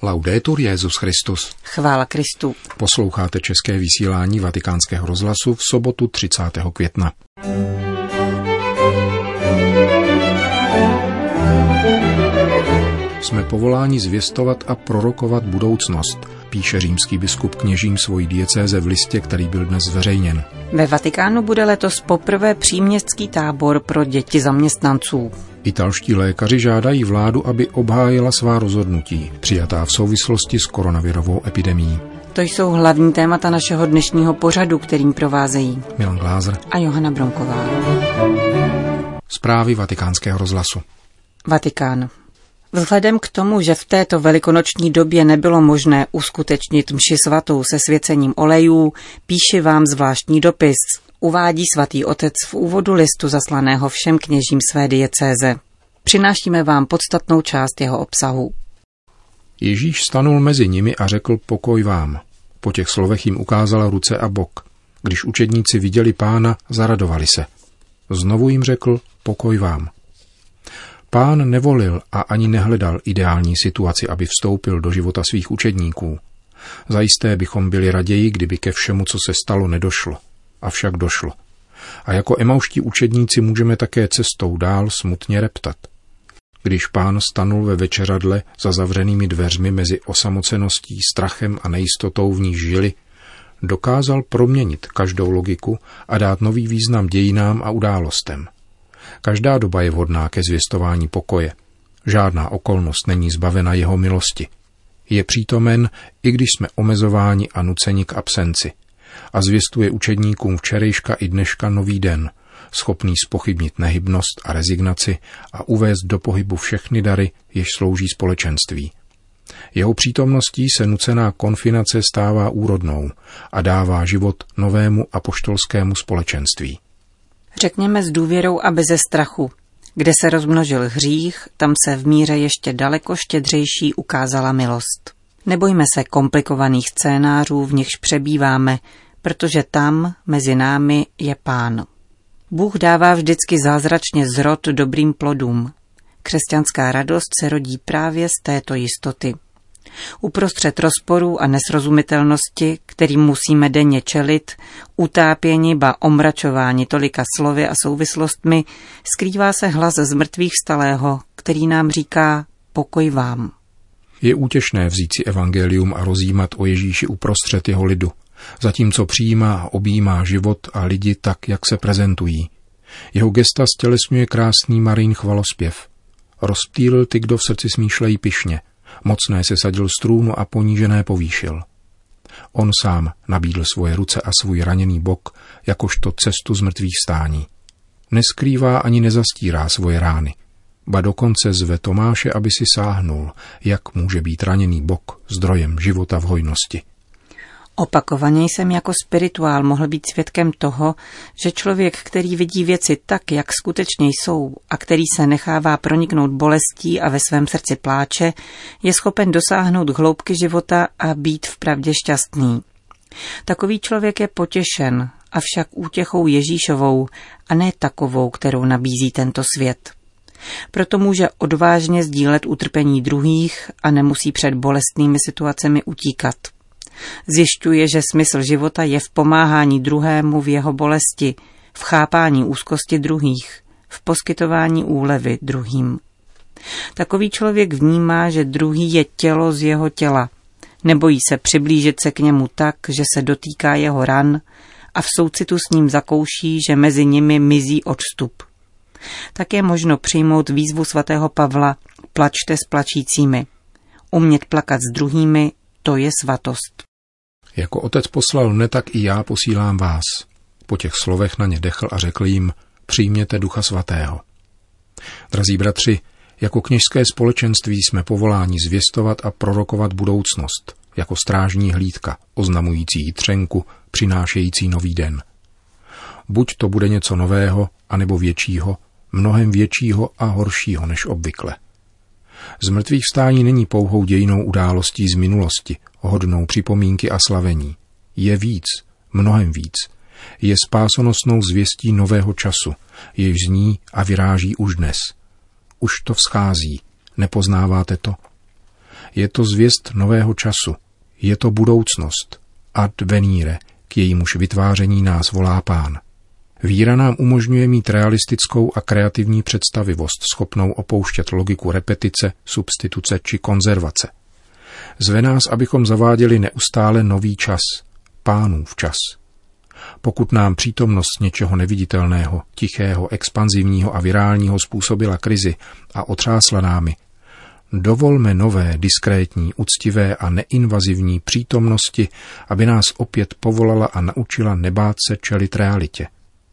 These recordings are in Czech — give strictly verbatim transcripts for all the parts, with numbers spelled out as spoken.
Laudetur Jesus Christus. Chvála Kristu. Posloucháte české vysílání Vatikánského rozhlasu v sobotu třicátého května. Jsme povoláni zvěstovat a prorokovat budoucnost, píše římský biskup kněžím svojí diecéze v listě, který byl dnes zveřejněn. Ve Vatikánu bude letos poprvé příměstský tábor pro děti zaměstnanců. Italští lékaři žádají vládu, aby obhájila svá rozhodnutí, přijatá v souvislosti s koronavirovou epidemií. To jsou hlavní témata našeho dnešního pořadu, kterým provázejí Milan Glázer a Johana Bronková. Zprávy Vatikánského rozhlasu. Vatikán. Vzhledem k tomu, že v této velikonoční době nebylo možné uskutečnit mši svatou se svěcením olejů, píši vám zvláštní dopis, uvádí svatý otec v úvodu listu zaslaného všem kněžím své diecéze. Přinášíme vám podstatnou část jeho obsahu. Ježíš stanul mezi nimi a řekl pokoj vám. Po těch slovech jim ukázala ruce a bok. Když učedníci viděli Pána, zaradovali se. Znovu jim řekl pokoj vám. Pán nevolil a ani nehledal ideální situaci, aby vstoupil do života svých učedníků. Zajisté bychom byli raději, kdyby ke všemu, co se stalo, nedošlo. Avšak došlo. A jako emauští učedníci můžeme také cestou dál smutně reptat. Když Pán stanul ve večeřadle za zavřenými dveřmi mezi osamoceností, strachem a nejistotou, v níž žili, dokázal proměnit každou logiku a dát nový význam dějinám a událostem. Každá doba je vhodná ke zvěstování pokoje. Žádná okolnost není zbavena jeho milosti. Je přítomen, i když jsme omezováni a nuceni k absenci. A zvěstuje učedníkům včerejška i dneška nový den, schopný zpochybnit nehybnost a rezignaci a uvést do pohybu všechny dary, jež slouží společenství. Jeho přítomností se nucená konfinace stává úrodnou a dává život novému apoštolskému společenství. Řekněme s důvěrou a beze strachu. Kde se rozmnožil hřích, tam se v míře ještě daleko štědřejší ukázala milost. Nebojme se komplikovaných scénářů, v nichž přebýváme, protože tam, mezi námi, je Pán. Bůh dává vždycky zázračně zrod dobrým plodům. Křesťanská radost se rodí právě z této jistoty. Uprostřed rozporů a nesrozumitelnosti, kterým musíme denně čelit, utápěni ba omračováni tolika slovy a souvislostmi, skrývá se hlas z mrtvých vstalého, který nám říká pokoj vám. Je útěšné vzít si evangelium a rozjímat o Ježíši uprostřed jeho lidu, zatímco přijímá a objímá život a lidi tak, jak se prezentují. Jeho gesta stělesňuje krásný Marijin chvalospěv. Rozptýlil ty, kdo v srdci smýšlejí pyšně. Mocné se sadil z trůnu a ponížené povýšil. On sám nabídl svoje ruce a svůj raněný bok, jakožto cestu z mrtvých stání. Neskrývá ani nezastírá svoje rány, ba dokonce zve Tomáše, aby si sáhnul, jak může být raněný bok zdrojem života v hojnosti. Opakovaně jsem jako spirituál mohl být svědkem toho, že člověk, který vidí věci tak, jak skutečně jsou a který se nechává proniknout bolestí a ve svém srdci pláče, je schopen dosáhnout hloubky života a být vpravdě šťastný. Takový člověk je potěšen, avšak útěchou Ježíšovou a ne takovou, kterou nabízí tento svět. Proto může odvážně sdílet utrpení druhých a nemusí před bolestnými situacemi utíkat. Zjišťuje, že smysl života je v pomáhání druhému v jeho bolesti, v chápání úzkosti druhých, v poskytování úlevy druhým. Takový člověk vnímá, že druhý je tělo z jeho těla. Nebojí se přiblížit se k němu tak, že se dotýká jeho ran a v soucitu s ním zakouší, že mezi nimi mizí odstup. Tak je možno přijmout výzvu svatého Pavla plačte s plačícími. Umět plakat s druhými, to je svatost. Jako otec poslal mne, tak i já posílám vás. Po těch slovech na ně dechl a řekl jim, přijměte Ducha Svatého. Drazí bratři, jako kněžské společenství jsme povoláni zvěstovat a prorokovat budoucnost, jako strážní hlídka, oznamující jitřenku, přinášející nový den. Buď to bude něco nového, anebo většího, mnohem většího a horšího než obvykle. Zmrtvých vstání není pouhou dějinnou událostí z minulosti, hodnou připomínky a slavení. Je víc, mnohem víc. Je spásonosnou zvěstí nového času, jež zní a vyráží už dnes. Už to vzchází, nepoznáváte to? Je to zvěst nového času, je to budoucnost, ad venire, k jejímuž vytváření nás volá Pán. Víra nám umožňuje mít realistickou a kreativní představivost, schopnou opouštět logiku repetice, substituce či konzervace. Zve nás, abychom zaváděli neustále nový čas, Pánův čas. Pokud nám přítomnost něčeho neviditelného, tichého, expanzivního a virálního způsobila krizi a otřásla námi, dovolme nové, diskrétní, uctivé a neinvazivní přítomnosti, aby nás opět povolala a naučila nebát se čelit realitě.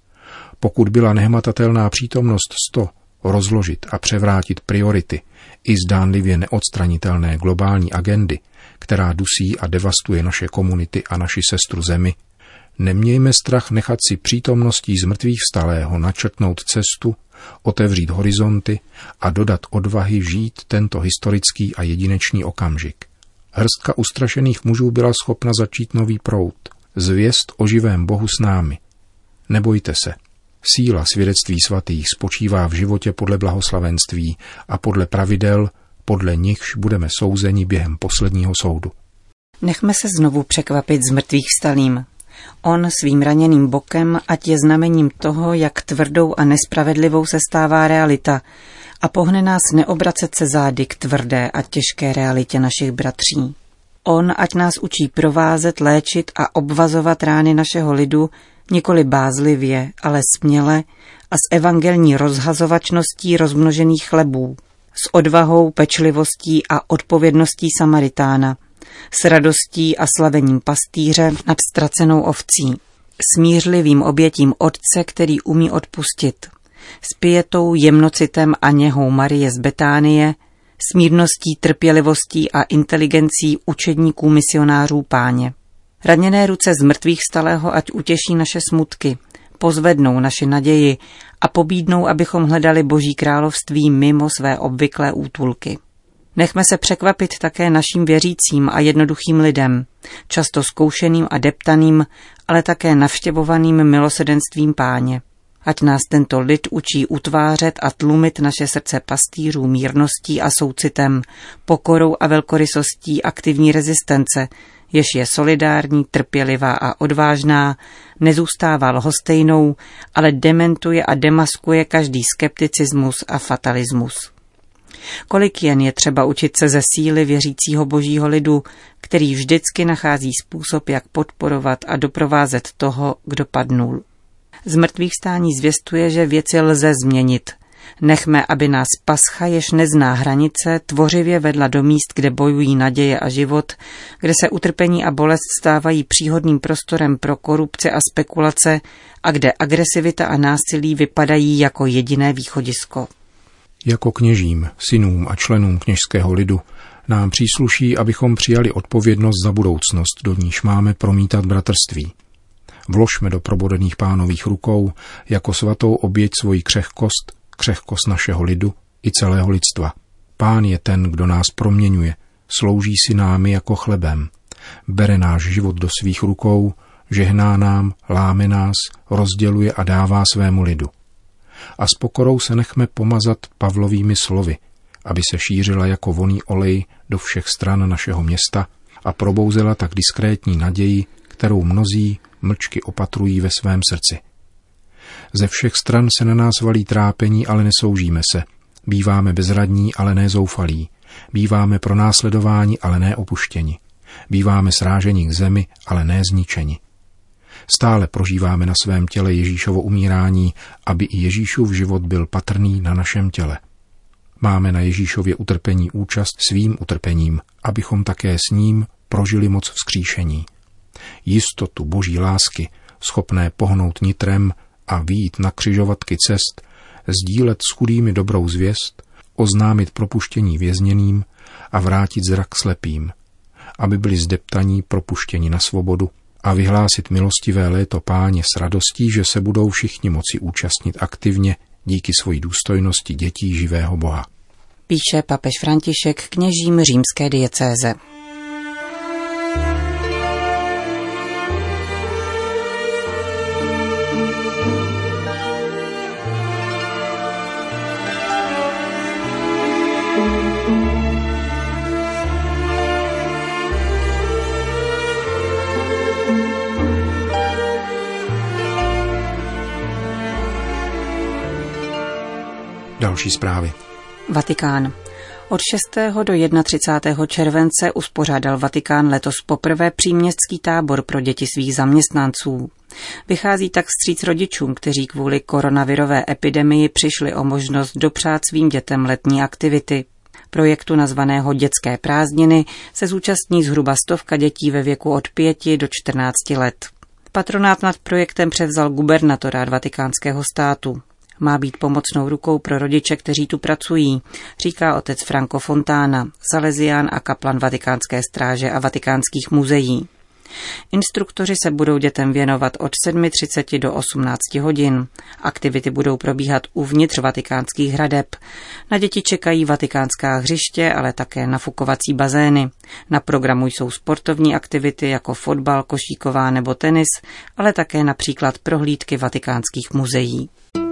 Pokud byla nehmatatelná přítomnost sto, rozložit a převrátit priority i zdánlivě neodstranitelné globální agendy, která dusí a devastuje naše komunity a naši sestru Zemi, nemějme strach nechat si přítomností zmrtvých vstalého načrtnout cestu, otevřít horizonty a dodat odvahy žít tento historický a jedinečný okamžik. Hrstka ustrašených mužů byla schopna začít nový proud, zvěst o živém Bohu s námi. Nebojte se. Síla svědectví svatých spočívá v životě podle blahoslavenství a podle pravidel, podle nichž budeme souzeni během posledního soudu. Nechme se znovu překvapit zmrtvých vstalým. On svým raněným bokem ať je znamením toho, jak tvrdou a nespravedlivou se stává realita a pohne nás neobracet se zády k tvrdé a těžké realitě našich bratří. On ať nás učí provázet, léčit a obvazovat rány našeho lidu, nikoli bázlivě, ale směle a s evangelní rozhazovačností rozmnožených chlebů, s odvahou, pečlivostí a odpovědností Samaritána, s radostí a slavením pastýře nad ztracenou ovcí, smířlivým obětím Otce, který umí odpustit, s pijetou, jemnocitem a něhou Marie z Betánie, smírností, trpělivostí a inteligencí učedníků misionářů Páně. Raněné ruce z mrtvých vstalého ať utěší naše smutky, pozvednou naši naději a pobídnou, abychom hledali Boží království mimo své obvyklé útulky. Nechme se překvapit také naším věřícím a jednoduchým lidem, často zkoušeným a deptaným, ale také navštěvovaným milosrdenstvím Páně. Ať nás tento lid učí utvářet a tlumit naše srdce pastýřů mírností a soucitem, pokorou a velkorysostí aktivní rezistence, jež je solidární, trpělivá a odvážná, nezůstává lhostejnou, ale dementuje a demaskuje každý skepticismus a fatalismus. Kolik jen je třeba učit se ze síly věřícího Božího lidu, který vždycky nachází způsob, jak podporovat a doprovázet toho, kdo padnul. Z mrtvých stání zvěstuje, že věci lze změnit. Nechme, aby nás pascha, jež nezná hranice, tvořivě vedla do míst, kde bojují naděje a život, kde se utrpení a bolest stávají příhodným prostorem pro korupci a spekulace a kde agresivita a násilí vypadají jako jediné východisko. Jako kněžím, synům a členům kněžského lidu nám přísluší, abychom přijali odpovědnost za budoucnost, do níž máme promítat bratrství. Vložme do probodených Pánových rukou jako svatou oběť svoji křehkost, křehkost našeho lidu i celého lidstva. Pán je ten, kdo nás proměňuje, slouží si námi jako chlebem, bere náš život do svých rukou, žehná nám, láme nás, rozděluje a dává svému lidu. A s pokorou se nechme pomazat Pavlovými slovy, aby se šířila jako vonný olej do všech stran našeho města a probouzela tak diskrétní naději, kterou mnozí mlčky opatrují ve svém srdci. Ze všech stran se na nás valí trápení, ale nesoužíme se. Býváme bezradní, ale ne zoufalí. Býváme pronásledováni, ale ne opuštěni. Býváme sráženi k zemi, ale ne zničeni. Stále prožíváme na svém těle Ježíšovo umírání, aby i Ježíšův život byl patrný na našem těle. Máme na Ježíšově utrpení účast svým utrpením, abychom také s ním prožili moc vzkříšení. Jistotu Boží lásky, schopné pohnout nitrem a vyjít na křižovatky cest, sdílet s chudými dobrou zvěst, oznámit propuštění vězněným a vrátit zrak slepým, aby byli zdeptaní propuštěni na svobodu a vyhlásit milostivé léto Páně s radostí, že se budou všichni moci účastnit aktivně díky svojí důstojnosti dětí živého Boha. Píše papež František kněžím římské diecéze. další zprávy. Vatikán. Od šestého do třicátého prvního července uspořádal Vatikán letos poprvé příměstský tábor pro děti svých zaměstnanců. Vychází tak vstříc rodičům, kteří kvůli koronavirové epidemii přišli o možnost dopřát svým dětem letní aktivity. Projektu nazvaného Dětské prázdniny se zúčastní zhruba stovka dětí ve věku od pěti do čtrnácti let. Patronát nad projektem převzal gubernatorát Vatikánského státu. Má být pomocnou rukou pro rodiče, kteří tu pracují, říká otec Franco Fontana, salezián a kaplan Vatikánské stráže a vatikánských muzeí. Instruktoři se budou dětem věnovat od sedm třicet do osmnácti hodin. Aktivity budou probíhat uvnitř vatikánských hradeb. Na děti čekají vatikánská hřiště, ale také nafukovací bazény. Na programu jsou sportovní aktivity jako fotbal, košíková nebo tenis, ale také například prohlídky vatikánských muzeí.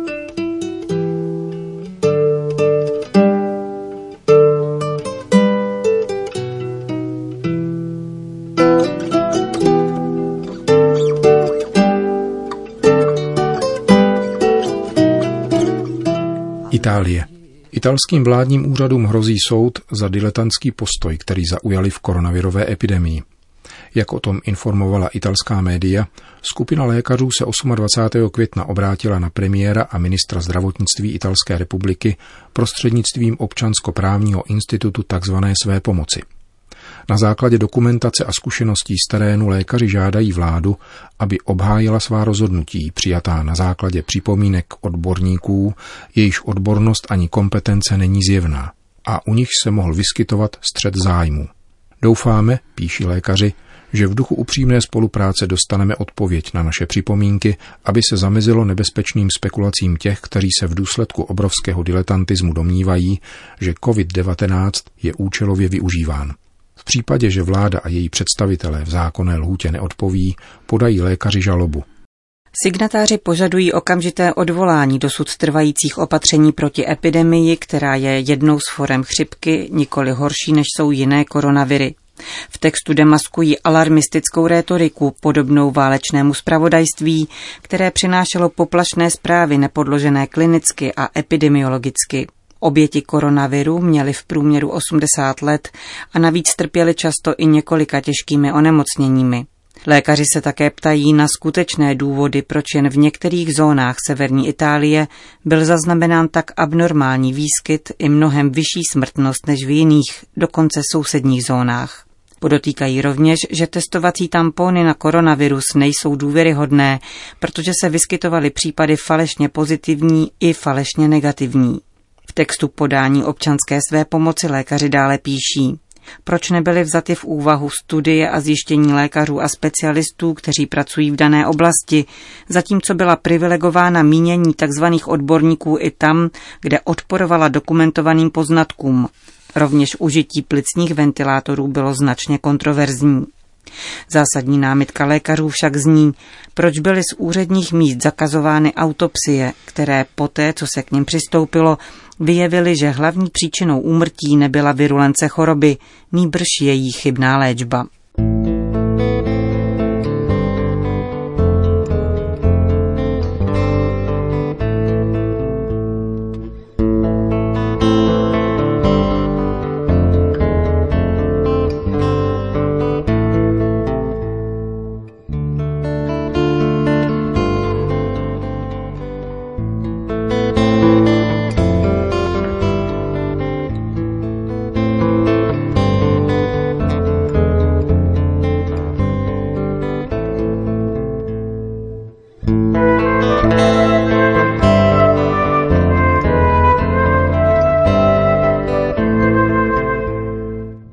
Itálie. Italským vládním úřadům hrozí soud za diletantský postoj, který zaujali v koronavirové epidemii. Jak o tom informovala italská média, skupina lékařů se dvacátého osmého května obrátila na premiéra a ministra zdravotnictví Italské republiky prostřednictvím občanskoprávního institutu tzv. Své pomoci. Na základě dokumentace a zkušeností z terénu lékaři žádají vládu, aby obhájila svá rozhodnutí přijatá na základě připomínek odborníků, jejichž odbornost ani kompetence není zjevná a u nich se mohl vyskytovat střet zájmů. Doufáme, píší lékaři, že v duchu upřímné spolupráce dostaneme odpověď na naše připomínky, aby se zamezilo nebezpečným spekulacím těch, kteří se v důsledku obrovského diletantismu domnívají, že covid devatenáct je účelově využíván. V případě, že vláda a její představitelé v zákonné lhůtě neodpoví, podají lékaři žalobu. Signatáři požadují okamžité odvolání dosud trvajících opatření proti epidemii, která je jednou z forem chřipky, nikoli horší, než jsou jiné koronaviry. V textu demaskují alarmistickou rétoriku, podobnou válečnému zpravodajství, které přinášelo poplašné zprávy nepodložené klinicky a epidemiologicky. Oběti koronaviru měly v průměru osmdesát let a navíc trpěli často i několika těžkými onemocněními. Lékaři se také ptají na skutečné důvody, proč jen v některých zónách severní Itálie byl zaznamenán tak abnormální výskyt i mnohem vyšší smrtnost než v jiných, dokonce sousedních zónách. Podotýkají rovněž, že testovací tampony na koronavirus nejsou důvěryhodné, protože se vyskytovaly případy falešně pozitivní i falešně negativní. V textu podání občanské své pomoci lékaři dále píší: proč nebyly vzaty v úvahu studie a zjištění lékařů a specialistů, kteří pracují v dané oblasti, zatímco byla privilegována mínění tzv. Odborníků i tam, kde odporovala dokumentovaným poznatkům. Rovněž užití plicních ventilátorů bylo značně kontroverzní. Zásadní námitka lékařů však zní, proč byly z úředních míst zakazovány autopsie, které poté, co se k nim přistoupilo, vyjevily, že hlavní příčinou úmrtí nebyla virulence choroby, nýbrž její chybná léčba.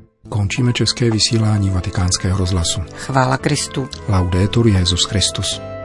Končíme české vysílání Vatikánského rozhlasu. Chvála Kristu. Laudetur Jesus Christus.